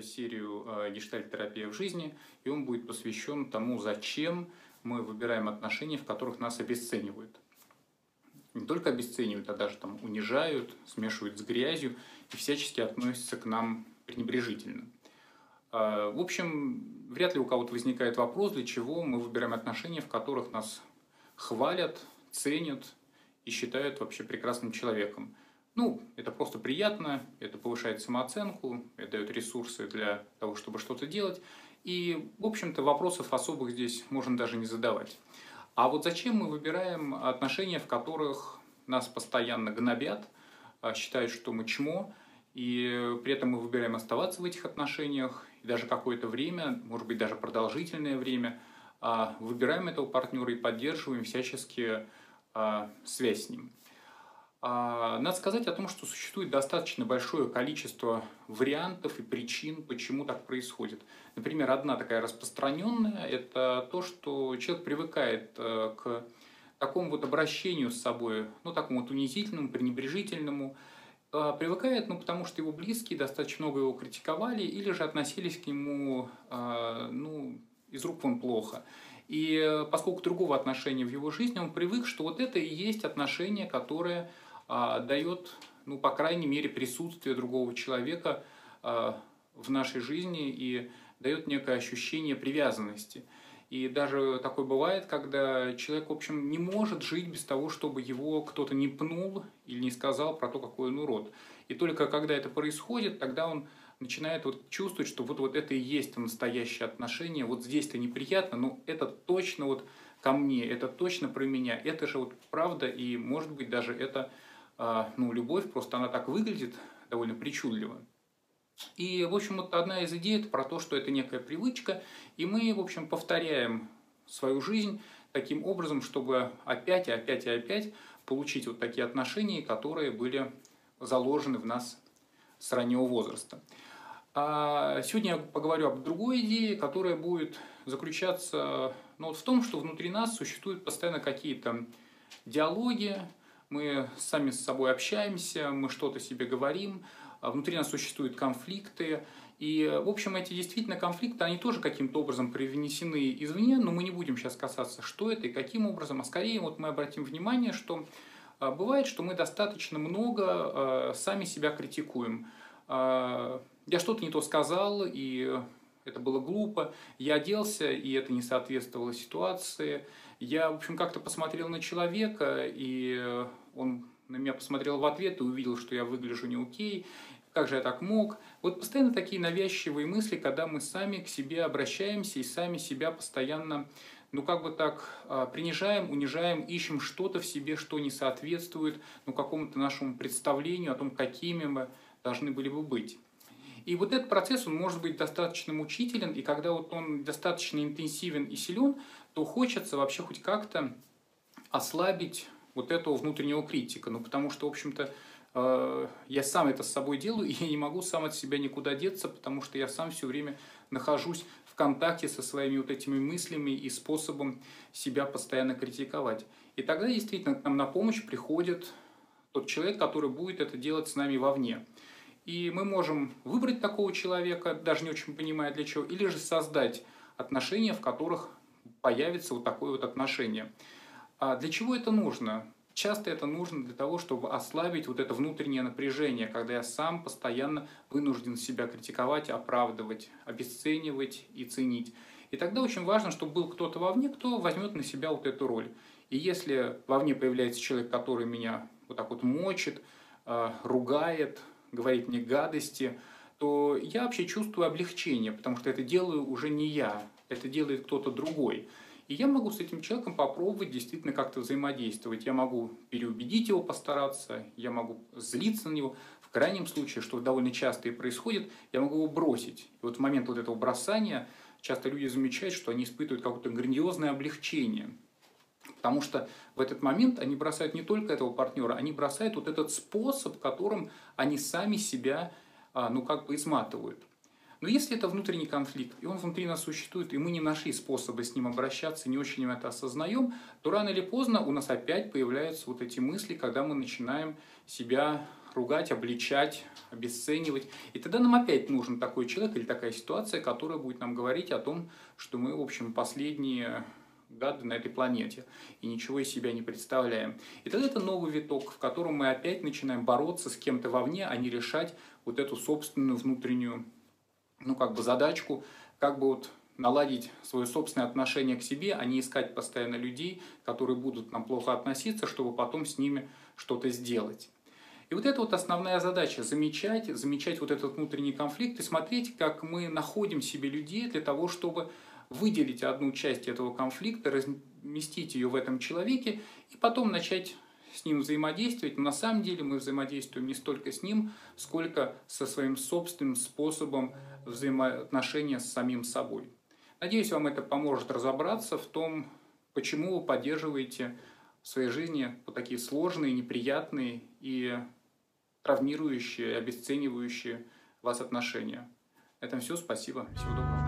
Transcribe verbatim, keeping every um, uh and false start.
серию «Гештальт-терапия в жизни», и он будет посвящен тому, зачем мы выбираем отношения, в которых нас обесценивают. Не только обесценивают, а даже там унижают, смешивают с грязью и всячески относятся к нам пренебрежительно. В общем, вряд ли у кого-то возникает вопрос, для чего мы выбираем отношения, в которых нас хвалят, ценят и считают вообще прекрасным человеком. Ну, это просто приятно, это повышает самооценку, это дает ресурсы для того, чтобы что-то делать. И, в общем-то, вопросов особых здесь можно даже не задавать. А вот зачем мы выбираем отношения, в которых нас постоянно гнобят, считают, что мы чмо, и при этом мы выбираем оставаться в этих отношениях, и даже какое-то время, может быть, даже продолжительное время, выбираем этого партнера и поддерживаем всячески связь с ним. Надо сказать о том, что существует достаточно большое количество вариантов и причин, почему так происходит. Например, одна такая распространенная – это то, что человек привыкает к такому вот обращению с собой, ну, такому вот унизительному, пренебрежительному. Привыкает, ну, потому что его близкие достаточно много его критиковали или же относились к нему, ну, из рук вон плохо. И поскольку другого отношения в его жизни, он привык, что вот это и есть отношение, которое дает, ну, по крайней мере, присутствие другого человека в нашей жизни и дает некое ощущение привязанности. И даже такое бывает, когда человек, в общем, не может жить без того, чтобы его кто-то не пнул или не сказал про то, какой он урод. И только когда это происходит, тогда он начинает вот чувствовать, что вот, вот это и есть настоящее отношение, вот здесь-то неприятно, но это точно вот ко мне, это точно про меня, это же вот правда, и может быть даже это, ну, любовь, просто она так выглядит довольно причудливо. И, в общем, вот одна из идей – это про то, что это некая привычка, и мы, в общем, повторяем свою жизнь таким образом, чтобы опять и опять и опять получить вот такие отношения, которые были заложены в нас с раннего возраста. А сегодня я поговорю об другой идее, которая будет заключаться, ну, вот в том, что внутри нас существуют постоянно какие-то диалоги, мы сами с собой общаемся, мы что-то себе говорим, внутри нас существуют конфликты. И, в общем, эти действительно конфликты, они тоже каким-то образом привнесены извне, но мы не будем сейчас касаться, что это и каким образом, а скорее вот мы обратим внимание, что бывает, что мы достаточно много сами себя критикуем. Я что-то не то сказал, и это было глупо, я оделся, и это не соответствовало ситуации. Я, в общем, как-то посмотрел на человека, и он на меня посмотрел в ответ и увидел, что я выгляжу не окей. Как же я так мог? Вот постоянно такие навязчивые мысли, когда мы сами к себе обращаемся и сами себя постоянно, ну, как бы так, принижаем, унижаем, ищем что-то в себе, что не соответствует, ну, какому-то нашему представлению о том, какими мы должны были бы быть. И вот этот процесс, он может быть достаточно мучителен, и когда вот он достаточно интенсивен и силен, то хочется вообще хоть как-то ослабить вот этого внутреннего критика. Ну, потому что, в общем-то, э, я сам это с собой делаю, и я не могу сам от себя никуда деться, потому что я сам все время нахожусь в контакте со своими вот этими мыслями и способом себя постоянно критиковать. И тогда действительно к нам на помощь приходит тот человек, который будет это делать с нами вовне. И мы можем выбрать такого человека, даже не очень понимая для чего, или же создать отношения, в которых появится вот такое вот отношение. А для чего это нужно? Часто это нужно для того, чтобы ослабить вот это внутреннее напряжение, когда я сам постоянно вынужден себя критиковать, оправдывать, обесценивать и ценить. И тогда очень важно, чтобы был кто-то вовне, кто возьмет на себя вот эту роль. И если вовне появляется человек, который меня вот так вот мочит, ругает, говорит мне гадости, то я вообще чувствую облегчение, потому что это делаю уже не я, это делает кто-то другой. И я могу с этим человеком попробовать действительно как-то взаимодействовать. Я могу переубедить его, постараться, я могу злиться на него. В крайнем случае, что довольно часто и происходит, я могу его бросить. И вот в момент вот этого бросания часто люди замечают, что они испытывают какое-то грандиозное облегчение. Потому что в этот момент они бросают не только этого партнера, они бросают вот этот способ, которым они сами себя, ну, как бы изматывают. Но если это внутренний конфликт, и он внутри нас существует, и мы не нашли способа с ним обращаться, не очень это осознаем, то рано или поздно у нас опять появляются вот эти мысли, когда мы начинаем себя ругать, обличать, обесценивать. И тогда нам опять нужен такой человек или такая ситуация, которая будет нам говорить о том, что мы, в общем, последние гады на этой планете и ничего из себя не представляем. И тогда это новый виток, в котором мы опять начинаем бороться с кем-то вовне, а не решать вот эту собственную внутреннюю, ну, как бы задачку, как бы вот наладить свое собственное отношение к себе, а не искать постоянно людей, которые будут нам плохо относиться, чтобы потом с ними что-то сделать. И вот это вот основная задача – замечать, замечать вот этот внутренний конфликт и смотреть, как мы находим себе людей для того, чтобы выделить одну часть этого конфликта, разместить ее в этом человеке и потом начать с ним взаимодействовать. Но на самом деле мы взаимодействуем не столько с ним, сколько со своим собственным способом взаимоотношения с самим собой. Надеюсь, вам это поможет разобраться в том, почему вы поддерживаете в своей жизни вот такие сложные, неприятные и травмирующие, обесценивающие вас отношения. На этом все. Спасибо. Всего доброго.